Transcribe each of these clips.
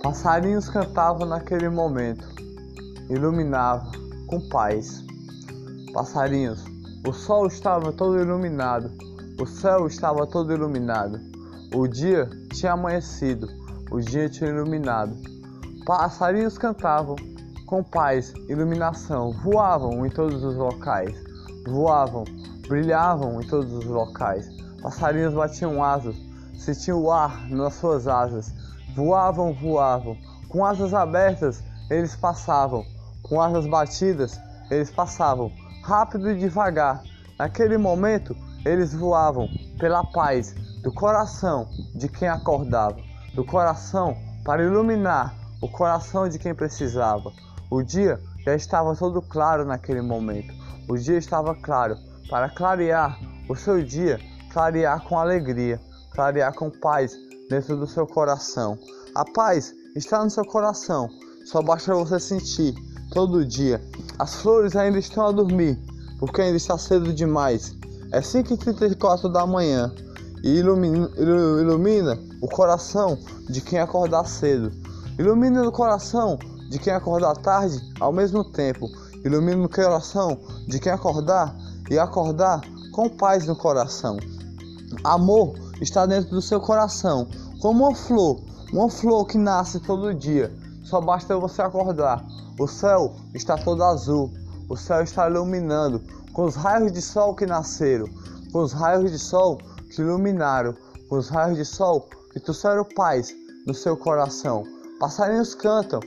Passarinhos cantavam naquele momento, iluminava com paz. Passarinhos, o sol estava todo iluminado, o céu estava todo iluminado, o dia tinha amanhecido, o dia tinha iluminado. Passarinhos cantavam com paz, iluminação, voavam em todos os locais, voavam, brilhavam em todos os locais. Passarinhos batiam asas, sentiam o ar nas suas asas, voavam, com asas abertas eles passavam, com asas batidas eles passavam, rápido e devagar. Naquele momento eles voavam pela paz do coração de quem acordava, do coração para iluminar o coração de quem precisava. O dia já estava todo claro naquele momento, o dia estava claro para clarear o seu dia, clarear com alegria, clarear com paz dentro do seu coração. A paz está no seu coração, só basta você sentir todo dia. As flores ainda estão a dormir, porque ainda está cedo demais. É 5h34 da manhã e ilumina o coração de quem acordar cedo. Ilumina o coração de quem acordar tarde ao mesmo tempo. Ilumina o coração de quem acordar e acordar com paz no coração. Amor está dentro do seu coração, como uma flor que nasce todo dia. Só basta você acordar. O céu está todo azul, o céu está iluminando, com os raios de sol que nasceram, com os raios de sol que iluminaram, com os raios de sol que trouxeram paz no seu coração. Passarinhos cantam,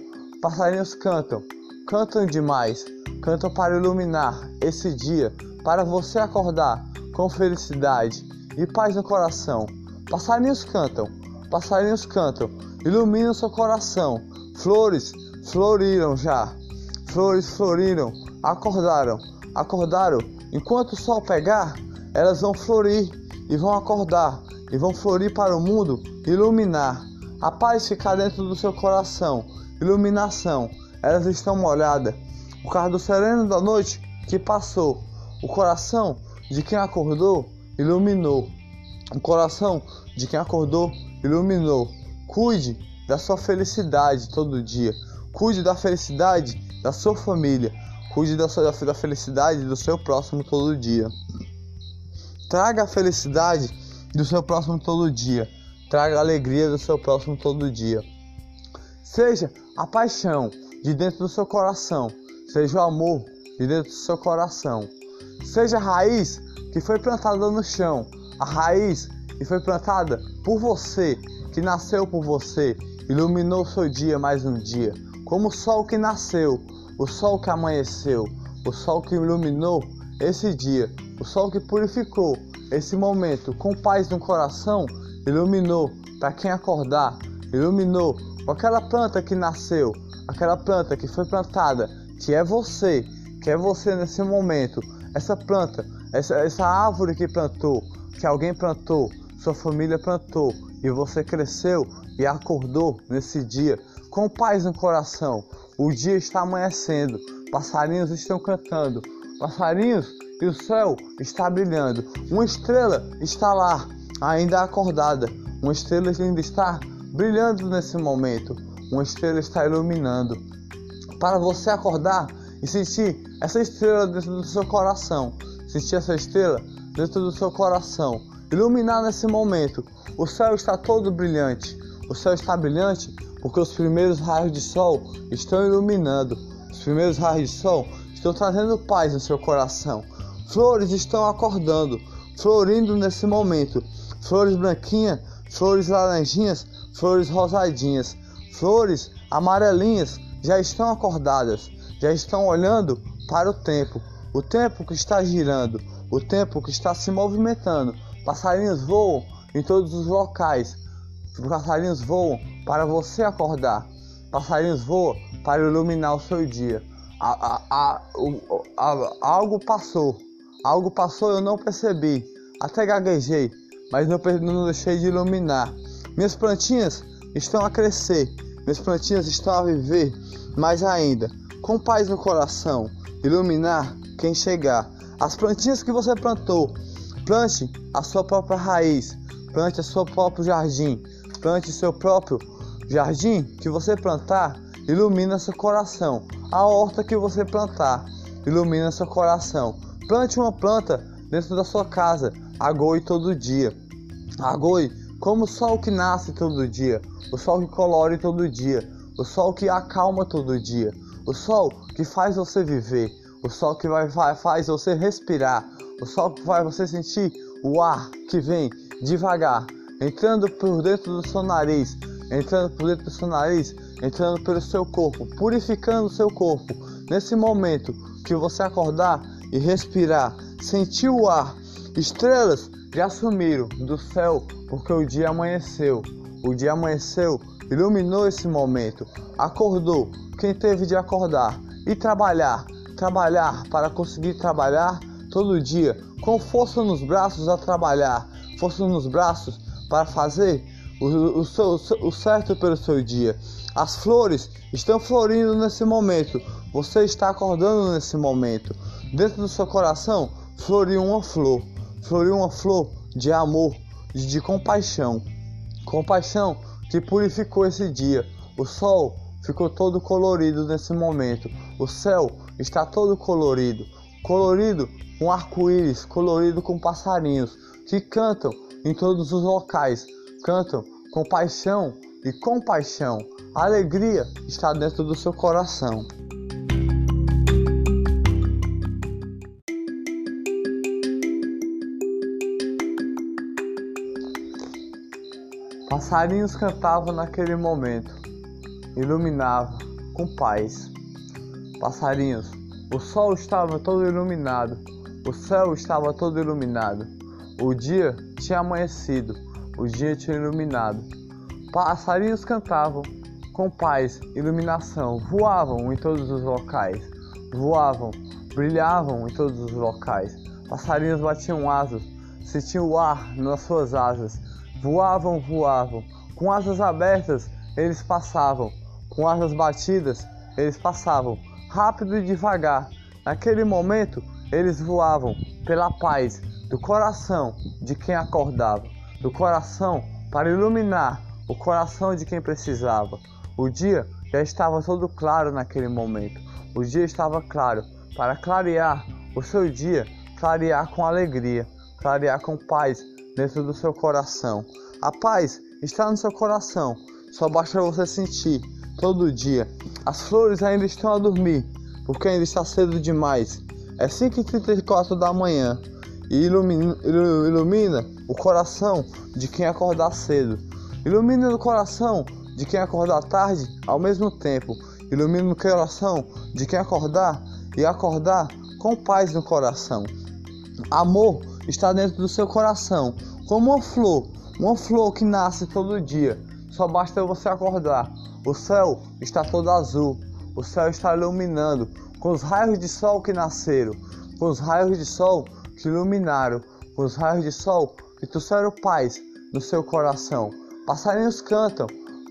cantam demais, cantam para iluminar esse dia, para você acordar com felicidade e paz no coração. Passarinhos cantam, iluminam seu coração. Flores floriram já, flores floriram, acordaram. Enquanto o sol pegar, elas vão florir e vão acordar e vão florir para o mundo, iluminar. A paz fica dentro do seu coração, iluminação. Elas estão molhadas, o cardo sereno da noite que passou. O coração de quem acordou iluminou. O coração de quem acordou iluminou. Cuide da sua felicidade todo dia. Cuide da felicidade da sua família. Cuide da felicidade do seu próximo todo dia. Traga a felicidade do seu próximo todo dia. Traga a alegria do seu próximo todo dia. Seja a paixão de dentro do seu coração. Seja o amor de dentro do seu coração. Seja a raiz que foi plantada no chão. A raiz que foi plantada por você, que nasceu por você, iluminou seu dia mais um dia. Como o sol que nasceu, o sol que amanheceu, o sol que iluminou esse dia, o sol que purificou esse momento com paz no coração, iluminou para quem acordar, iluminou com aquela planta que nasceu, aquela planta que foi plantada, que é você nesse momento, essa planta, essa árvore que plantou, que alguém plantou, sua família plantou e você cresceu e acordou nesse dia com paz no coração. O dia está amanhecendo, passarinhos estão cantando, passarinhos e o céu está brilhando. Uma estrela está lá, ainda acordada. Uma estrela ainda está brilhando nesse momento. Uma estrela está iluminando. Para você acordar e sentir essa estrela dentro do seu coração. Sentir essa estrela dentro do seu coração. Iluminar nesse momento. O céu está todo brilhante. O céu está brilhante porque os primeiros raios de sol estão iluminando. Os primeiros raios de sol estão trazendo paz no seu coração. Flores estão acordando, florindo nesse momento. Flores branquinhas, flores laranjinhas, flores rosadinhas, flores amarelinhas já estão acordadas, já estão olhando para o tempo que está girando, o tempo que está se movimentando. Passarinhos voam em todos os locais. Passarinhos voam para você acordar. Passarinhos voam para iluminar o seu dia. Algo passou eu não percebi. Até gaguejei, mas não deixei de iluminar. Minhas plantinhas estão a crescer. Minhas plantinhas estão a viver mais ainda. Com paz no coração. Iluminar quem chegar. As plantinhas que você plantou. Plante a sua própria raiz. Plante o seu próprio jardim. Plante seu próprio jardim que você plantar ilumina seu coração. A horta que você plantar ilumina seu coração. Plante uma planta dentro da sua casa. Agoe todo dia. Agoe como o sol que nasce todo dia. O sol que colore todo dia. O sol que acalma todo dia. O sol que faz você viver. O sol que faz você respirar. O sol que faz você sentir o ar que vem devagar, entrando por dentro do seu nariz, entrando por dentro do seu nariz, entrando pelo seu corpo, purificando o seu corpo. Nesse momento que você acordar e respirar, sentir o ar, estrelas já sumiram do céu porque o dia amanheceu. O dia amanheceu, iluminou esse momento. Acordou quem teve de acordar e trabalhar para conseguir trabalhar todo dia, com força nos braços a trabalhar, força nos braços para fazer o certo pelo seu dia. As flores estão florindo nesse momento, você está acordando nesse momento. Dentro do seu coração floriu uma flor de amor, de compaixão, compaixão que purificou esse dia. O sol ficou todo colorido nesse momento, o céu está todo colorido com arco-íris, colorido com passarinhos que cantam em todos os locais, cantam com paixão e compaixão. A alegria está dentro do seu coração. Passarinhos cantavam naquele momento, iluminava com paz. Passarinhos, o sol estava todo iluminado, o céu estava todo iluminado, o dia tinha amanhecido, o dia tinha iluminado. Passarinhos cantavam com paz, iluminação, voavam em todos os locais, voavam, brilhavam em todos os locais. Passarinhos batiam asas, sentiam o ar nas suas asas, voavam, com asas abertas eles passavam, com asas batidas eles passavam, rápido e devagar. Naquele momento eles voavam pela paz do coração de quem acordava, do coração para iluminar o coração de quem precisava. O dia já estava todo claro naquele momento. O dia estava claro para clarear o seu dia, clarear com alegria, clarear com paz dentro do seu coração. A paz está no seu coração, só basta você sentir todo dia. As flores ainda estão a dormir, porque ainda está cedo demais. É 5h34 da manhã e ilumina o coração de quem acordar cedo. Ilumina o coração de quem acordar tarde ao mesmo tempo. Ilumina o coração de quem acordar e acordar com paz no coração. Amor está dentro do seu coração, como uma flor que nasce todo dia. Só basta você acordar. O céu está todo azul, o céu está iluminando, com os raios de sol que nasceram, com os raios de sol que iluminaram, com os raios de sol que trouxeram paz no seu coração. Passarinhos cantam,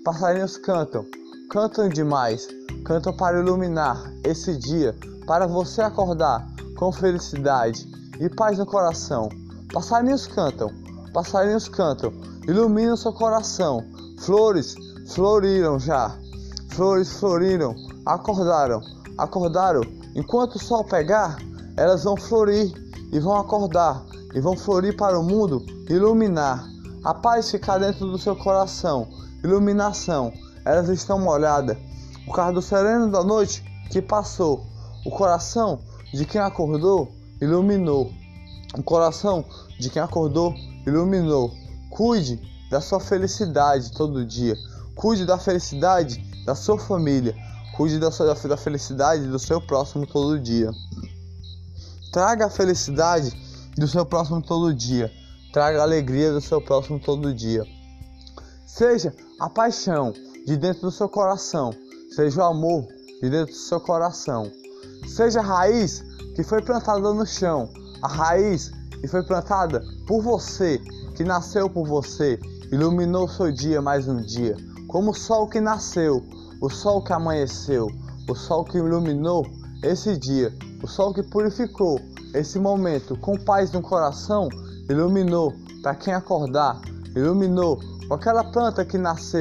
cantam demais, cantam para iluminar esse dia, para você acordar com felicidade e paz no coração. Passarinhos cantam, iluminam seu coração. Flores floriram já, flores floriram, acordaram. Enquanto o sol pegar, elas vão florir e vão acordar, e vão florir para o mundo, iluminar. A paz ficar dentro do seu coração, iluminação. Elas estão molhadas por causa do sereno da noite que passou. O coração de quem acordou iluminou. O coração de quem acordou iluminou. Cuide da sua felicidade todo dia. Cuide da felicidade da sua família. Cuide da felicidade do seu próximo todo dia. Traga a felicidade do seu próximo todo dia. Traga a alegria do seu próximo todo dia. Seja a paixão de dentro do seu coração. Seja o amor de dentro do seu coração. Seja a raiz que foi plantada no chão. A raiz que foi plantada por você, que nasceu por você, iluminou o seu dia mais um dia. Como o sol que nasceu, o sol que amanheceu, o sol que iluminou esse dia, o sol que purificou esse momento com paz no coração, iluminou para quem acordar, iluminou com aquela planta que nasceu,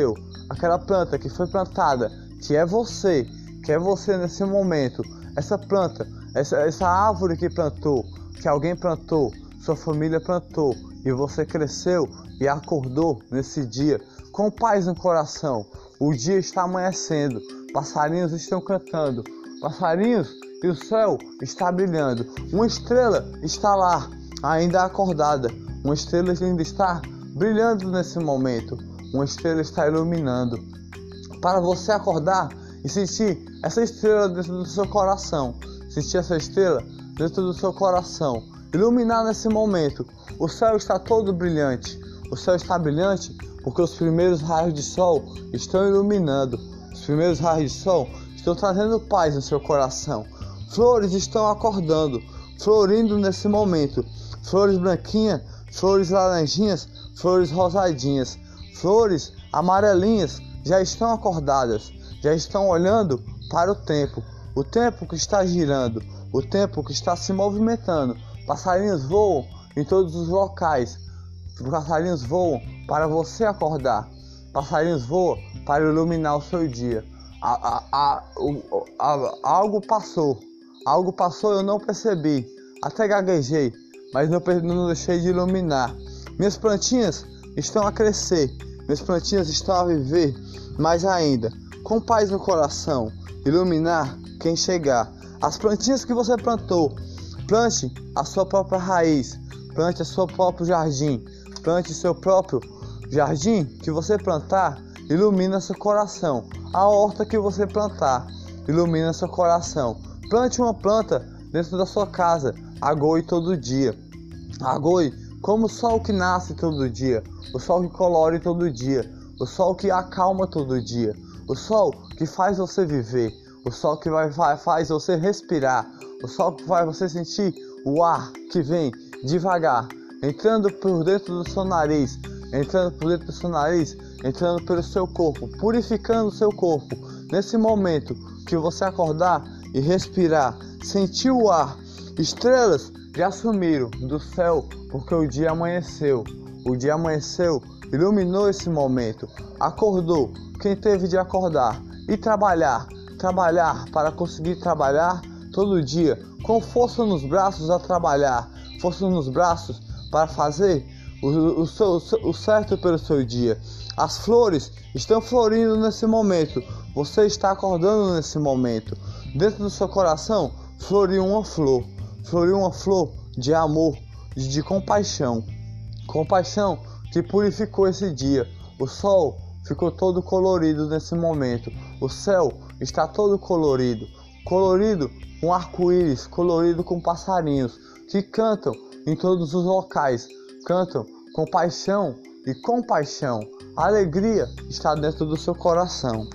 aquela planta que foi plantada, que é você nesse momento, essa planta, essa árvore que plantou, que alguém plantou, sua família plantou, e você cresceu e acordou nesse dia com paz no coração. O dia está amanhecendo, passarinhos estão cantando, passarinhos, e o céu está brilhando. Uma estrela está lá, ainda acordada. Uma estrela ainda está brilhando nesse momento. Uma estrela está iluminando. Para você acordar e sentir essa estrela dentro do seu coração. Sentir essa estrela dentro do seu coração. Iluminar nesse momento. O céu está todo brilhante. O céu está brilhante porque os primeiros raios de sol estão iluminando. Os primeiros raios de sol estão trazendo paz no seu coração. Flores estão acordando, florindo nesse momento. Flores branquinhas, flores laranjinhas, flores rosadinhas, flores amarelinhas já estão acordadas, já estão olhando para o tempo que está girando, o tempo que está se movimentando. Passarinhos voam em todos os locais, passarinhos voam para você acordar, passarinhos voam para iluminar o seu dia. Algo passou, eu não percebi, até gaguejei, mas não deixei de iluminar. Minhas plantinhas estão a crescer, minhas plantinhas estão a viver mais ainda, com paz no coração, iluminar quem chegar. As plantinhas que você plantou, plante a sua própria raiz, plante o seu próprio jardim, plante seu próprio jardim que você plantar, ilumina seu coração. A horta que você plantar, ilumina seu coração. Plante uma planta dentro da sua casa, agoe todo dia. Agoe como o sol que nasce todo dia, o sol que colore todo dia, o sol que acalma todo dia, o sol que faz você viver, o sol que faz você respirar, o sol que faz você sentir o ar que vem devagar, entrando por dentro do seu nariz, entrando pelo seu corpo, purificando o seu corpo. Nesse momento que você acordar e respirar, sentir o ar, estrelas já sumiram do céu porque o dia amanheceu. O dia amanheceu, iluminou esse momento. Acordou quem teve de acordar e trabalhar para conseguir trabalhar todo dia com força nos braços a trabalhar, força nos braços para fazer o certo pelo seu dia. As flores estão florindo nesse momento. Você está acordando nesse momento. Dentro do seu coração floriu uma flor de amor, de compaixão. Compaixão que purificou esse dia. O sol ficou todo colorido nesse momento. O céu está todo colorido com arco-íris, colorido com passarinhos que cantam em todos os locais. Cantam com paixão e compaixão. A alegria está dentro do seu coração.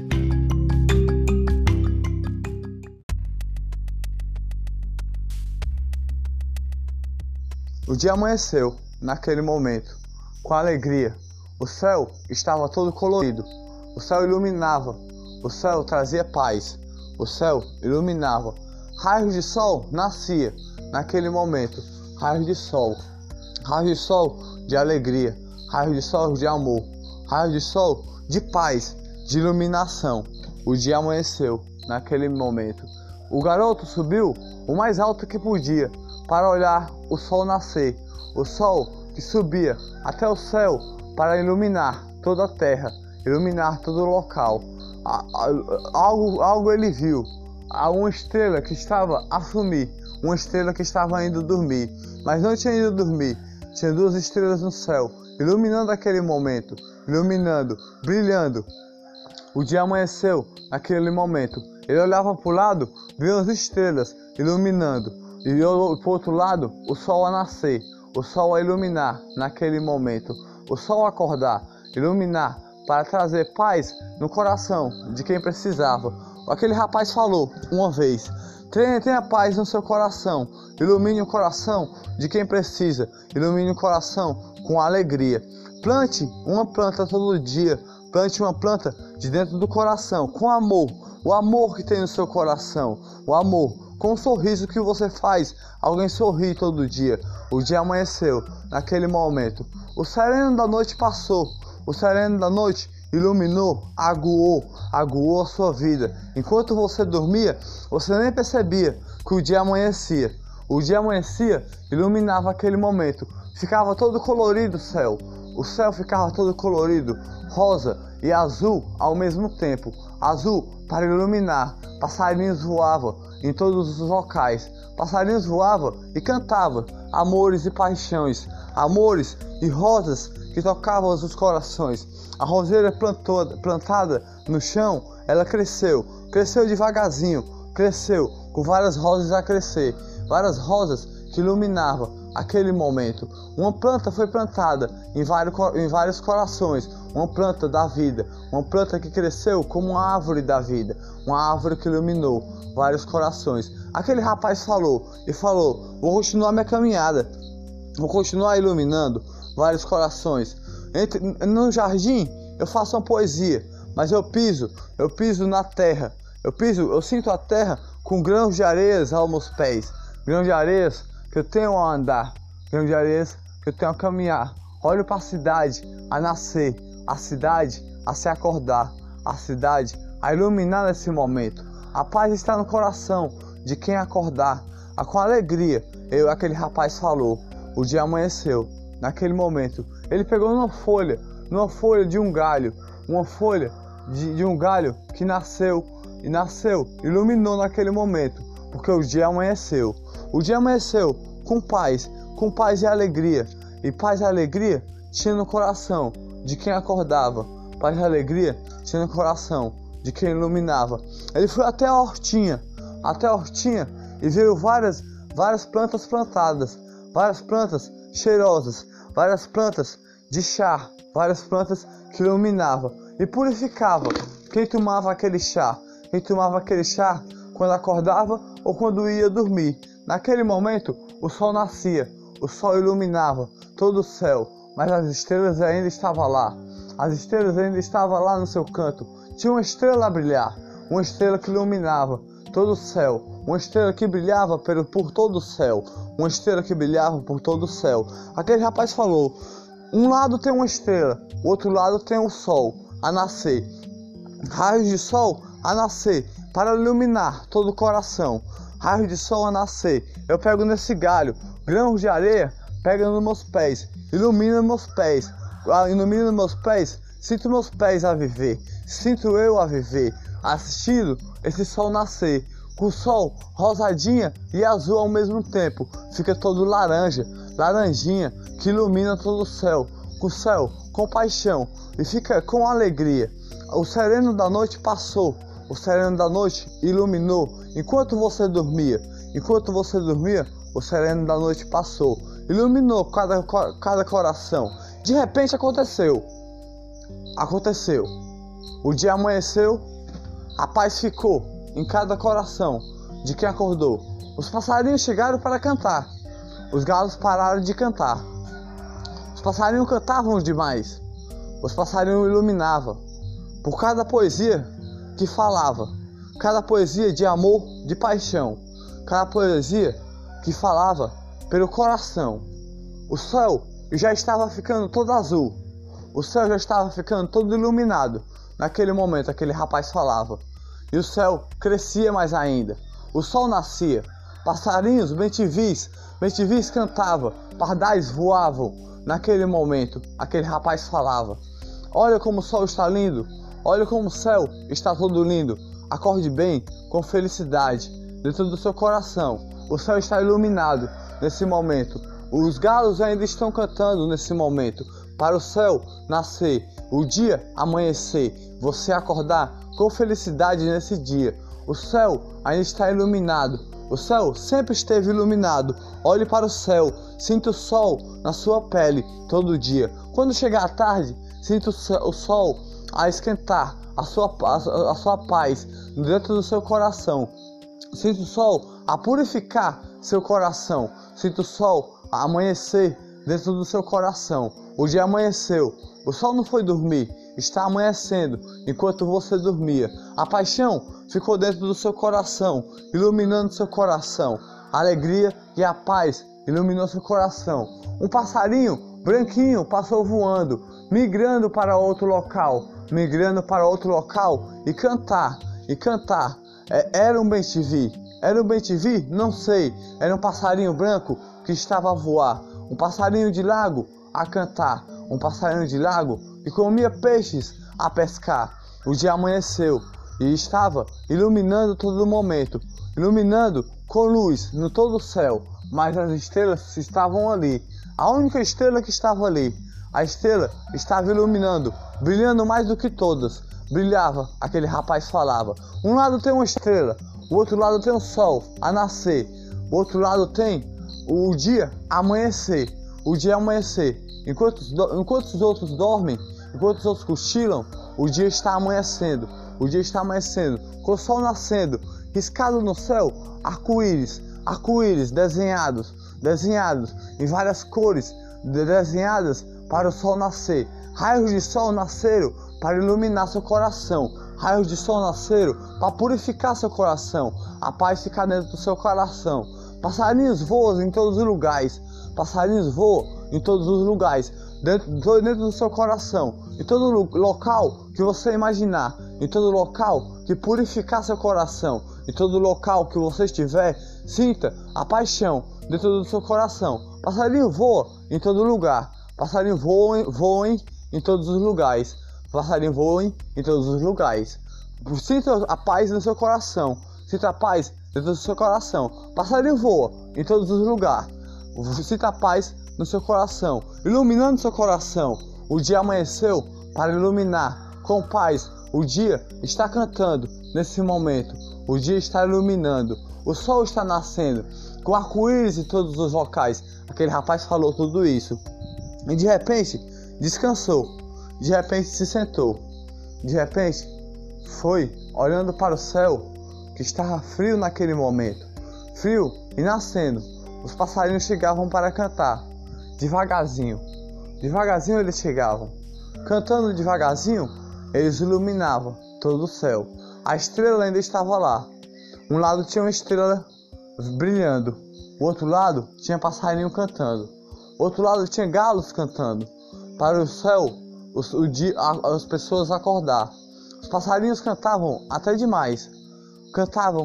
O dia amanheceu naquele momento, com alegria. O céu estava todo colorido. O céu iluminava. O céu trazia paz. O céu iluminava. Raios de sol nascia naquele momento. Raios de sol de alegria, raios de sol de amor, raios de sol de paz, de iluminação. O dia amanheceu naquele momento. O garoto subiu o mais alto que podia para olhar o sol nascer, o sol que subia até o céu para iluminar toda a terra, iluminar todo o local. Algo ele viu, uma estrela que estava a sumir, uma estrela que estava indo dormir, mas não tinha ido dormir. Tinha duas estrelas no céu, iluminando aquele momento, iluminando, brilhando. O dia amanheceu naquele momento. Ele olhava para o lado, viu as estrelas iluminando. E para o outro lado, o sol a nascer, o sol a iluminar naquele momento. O sol a acordar, iluminar, para trazer paz no coração de quem precisava. Aquele rapaz falou uma vez: tenha paz no seu coração, ilumine o coração de quem precisa, ilumine o coração com alegria. Plante uma planta todo dia, plante uma planta de dentro do coração, com amor, o amor que tem no seu coração, o amor, com o sorriso que você faz, alguém sorri todo dia. O dia amanheceu naquele momento, o sereno da noite passou, o sereno da noite iluminou, aguou a sua vida. Enquanto você dormia, você nem percebia que o dia amanhecia. O dia amanhecia, iluminava aquele momento. Ficava todo colorido o céu ficava todo colorido, rosa e azul ao mesmo tempo. Azul para iluminar, passarinhos voavam em todos os locais. Passarinhos voavam e cantavam amores e paixões, amores e rosas que tocavam os corações. A roseira plantada no chão, ela cresceu devagarzinho, cresceu com várias rosas a crescer, várias rosas que iluminavam aquele momento. Uma planta foi plantada em vários corações, uma planta da vida, uma planta que cresceu como uma árvore da vida, uma árvore que iluminou vários corações. Aquele rapaz falou, vou continuar minha caminhada, vou continuar iluminando vários corações. No jardim eu faço uma poesia, mas eu piso na terra, eu sinto a terra com grãos de areias aos meus pés, grãos de areias que eu tenho a andar, grãos de areias que eu tenho a caminhar. Olho para a cidade a nascer, a cidade a se acordar, a cidade a iluminar nesse momento. A paz está no coração de quem acordar. Com alegria, aquele rapaz falou, o dia amanheceu. Naquele momento, ele pegou numa folha de um galho, uma folha de um galho que nasceu, iluminou naquele momento, porque o dia amanheceu. O dia amanheceu com paz e alegria. E paz e alegria tinha no coração de quem acordava. Paz e alegria tinha no coração de quem iluminava. Ele foi até a hortinha e viu várias plantas plantadas, várias plantas cheirosas, várias plantas de chá, várias plantas que iluminavam e purificavam quem tomava aquele chá quando acordava ou quando ia dormir. Naquele momento o sol nascia, o sol iluminava todo o céu, mas as estrelas ainda estavam lá. As estrelas ainda estavam lá no seu canto. Tinha uma estrela a brilhar, uma estrela que iluminava todo o céu, uma estrela que brilhava por todo o céu, uma estrela que brilhava por todo o céu. Aquele rapaz falou, um lado tem uma estrela, o outro lado tem o sol a nascer, raios de sol a nascer para iluminar todo o coração, raios de sol a nascer. Eu pego nesse galho, grãos de areia, pega nos meus pés, ilumina meus pés, sinto meus pés a viver, sinto eu a viver, assistindo esse sol nascer, com o sol rosadinha e azul ao mesmo tempo, fica todo laranjinha, que ilumina todo o céu, com paixão e fica com alegria. O sereno da noite passou, o sereno da noite iluminou, enquanto você dormia, o sereno da noite passou, iluminou cada coração. De repente aconteceu, o dia amanheceu, a paz ficou em cada coração de quem acordou. Os passarinhos chegaram para cantar, os galos pararam de cantar, os passarinhos cantavam demais, os passarinhos iluminavam, por cada poesia que falava, cada poesia de amor, de paixão, cada poesia que falava pelo coração. O céu já estava ficando todo azul, o céu já estava ficando todo iluminado. Naquele momento aquele rapaz falava, e o céu crescia mais ainda, o sol nascia, passarinhos bem-te-vis cantavam, pardais voavam. Naquele momento aquele rapaz falava, olha como o sol está lindo, olha como o céu está todo lindo, acorde bem com felicidade dentro do seu coração, o céu está iluminado nesse momento, os galos ainda estão cantando nesse momento, para o céu nascer, o dia amanhecer, você acordar com felicidade nesse dia. O céu ainda está iluminado, o céu sempre esteve iluminado. Olhe para o céu, sinta o sol na sua pele todo dia. Quando chegar a tarde, sinta o sol a esquentar a sua paz dentro do seu coração. Sinta o sol a purificar seu coração. Sinta o sol a amanhecer dentro do seu coração. O dia amanheceu, o sol não foi dormir, está amanhecendo enquanto você dormia. A paixão ficou dentro do seu coração, iluminando seu coração. A alegria e a paz iluminou seu coração. Um passarinho branquinho passou voando, migrando para outro local, migrando para outro local e cantar. Era um bem-te-vi. Era um bem-te-vi? Não sei. Era um passarinho branco que estava a voar. Um passarinho de lago a cantar. Um passarinho de lago que comia peixes a pescar. O dia amanheceu e estava iluminando todo o momento. Iluminando com luz no todo o céu. Mas as estrelas estavam ali. A única estrela que estava ali. A estrela estava iluminando, brilhando mais do que todas. Brilhava, aquele rapaz falava. Um lado tem uma estrela, o outro lado tem o sol a nascer. O outro lado tem o dia amanhecer. O dia amanhecer. Enquanto os outros dormem, enquanto os outros cochilam, o dia está amanhecendo. O dia está amanhecendo, com o sol nascendo, riscado no céu, arco-íris desenhados em várias cores, desenhadas para o sol nascer. Raios de sol nasceram para iluminar seu coração. Raios de sol nasceram para purificar seu coração. A paz fica dentro do seu coração. Passarinhos voam em todos os lugares. Passarinhos voam em todos os lugares. Dentro do seu coração. Em todo local que você imaginar. Em todo local que purificar seu coração. Em todo local que você estiver, sinta a paixão dentro do seu coração. Passarinho voa em todo lugar. Passarinho voem em todos os lugares. Passarinho voem em todos os lugares. Sinta a paz no seu coração. Sinta a paz dentro do seu coração. Passarinho voa em todos os lugares. Sinta a paz no seu coração, iluminando seu coração. O dia amanheceu para iluminar com paz. O dia está cantando nesse momento. O dia está iluminando. O sol está nascendo com arco-íris em todos os locais. Aquele rapaz falou tudo isso. E de repente descansou. De repente se sentou. De repente foi olhando para o céu, que estava frio naquele momento. Frio e nascendo. Os passarinhos chegavam para cantar. Devagarzinho. Devagarzinho eles chegavam. Cantando devagarzinho, eles iluminavam todo o céu. A estrela ainda estava lá. Um lado tinha uma estrela brilhando. O outro lado tinha passarinho cantando. O outro lado tinha galos cantando. Para o céu, as pessoas acordar. Os passarinhos cantavam até demais. Cantavam.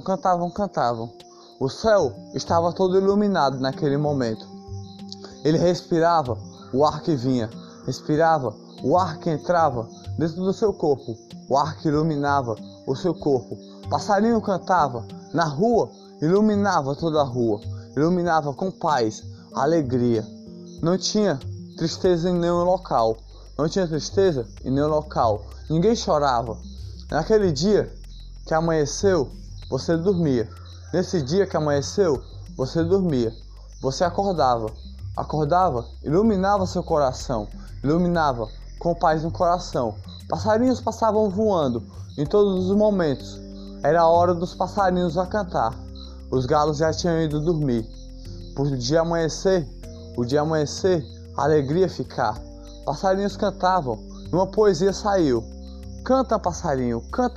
O céu estava todo iluminado naquele momento. Ele respirava o ar que vinha. Respirava o ar que entrava dentro do seu corpo. O ar que iluminava o seu corpo. Passarinho cantava na rua, iluminava toda a rua. Iluminava com paz, alegria. Não tinha tristeza em nenhum local. Não tinha tristeza em nenhum local. Ninguém chorava. Naquele dia que amanheceu, você dormia. Nesse dia que amanheceu, você dormia. Você acordava. Iluminava seu coração. Iluminava com paz no coração. Passarinhos passavam voando em todos os momentos. Era a hora dos passarinhos a cantar. Os galos já tinham ido dormir. Por o dia amanhecer, a alegria ficar. Passarinhos cantavam, uma poesia saiu. Canta passarinho,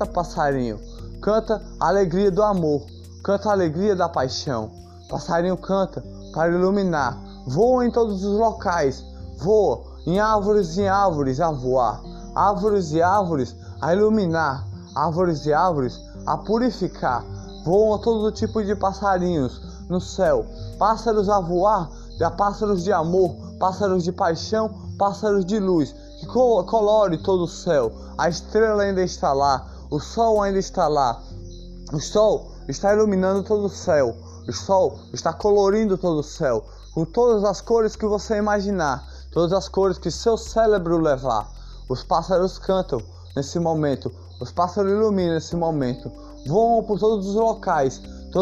canta a alegria do amor, canta a alegria da paixão. Passarinho canta para iluminar, voa em todos os locais, voa em árvores a voar, árvores e árvores a iluminar, árvores e árvores a purificar. Voam todo tipo de passarinhos no céu, pássaros a voar, pássaros de amor, pássaros de paixão, pássaros de luz, que colore todo o céu. A estrela ainda está lá, o sol ainda está lá. O sol está iluminando todo o céu, o sol está colorindo todo o céu, com todas as cores que você imaginar, todas as cores que seu cérebro levar. Os pássaros cantam nesse momento, os pássaros iluminam nesse momento, voam por todos os locais,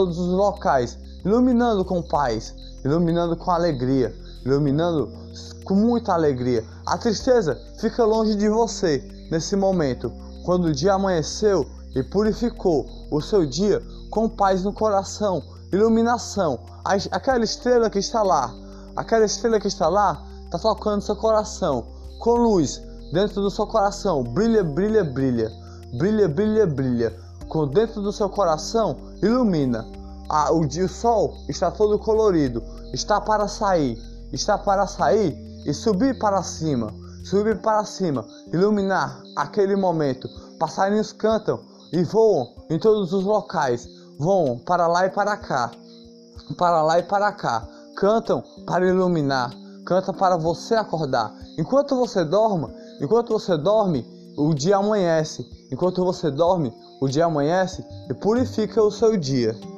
iluminando com paz, iluminando com alegria, iluminando com muita alegria. A tristeza fica longe de você nesse momento, quando o dia amanheceu e purificou o seu dia com paz no coração, iluminação. Aquela estrela que está lá está tocando seu coração com luz dentro do seu coração. Brilha. Com dentro do seu coração ilumina. O sol está todo colorido, está para sair e subir para cima, subir para cima, iluminar aquele momento. Passarinhos cantam e voam em todos os locais, voam para lá e para cá, para lá e para cá, cantam para iluminar, cantam para você acordar. Enquanto você dorme, o dia amanhece. Enquanto você dorme, o dia amanhece e purifica o seu dia.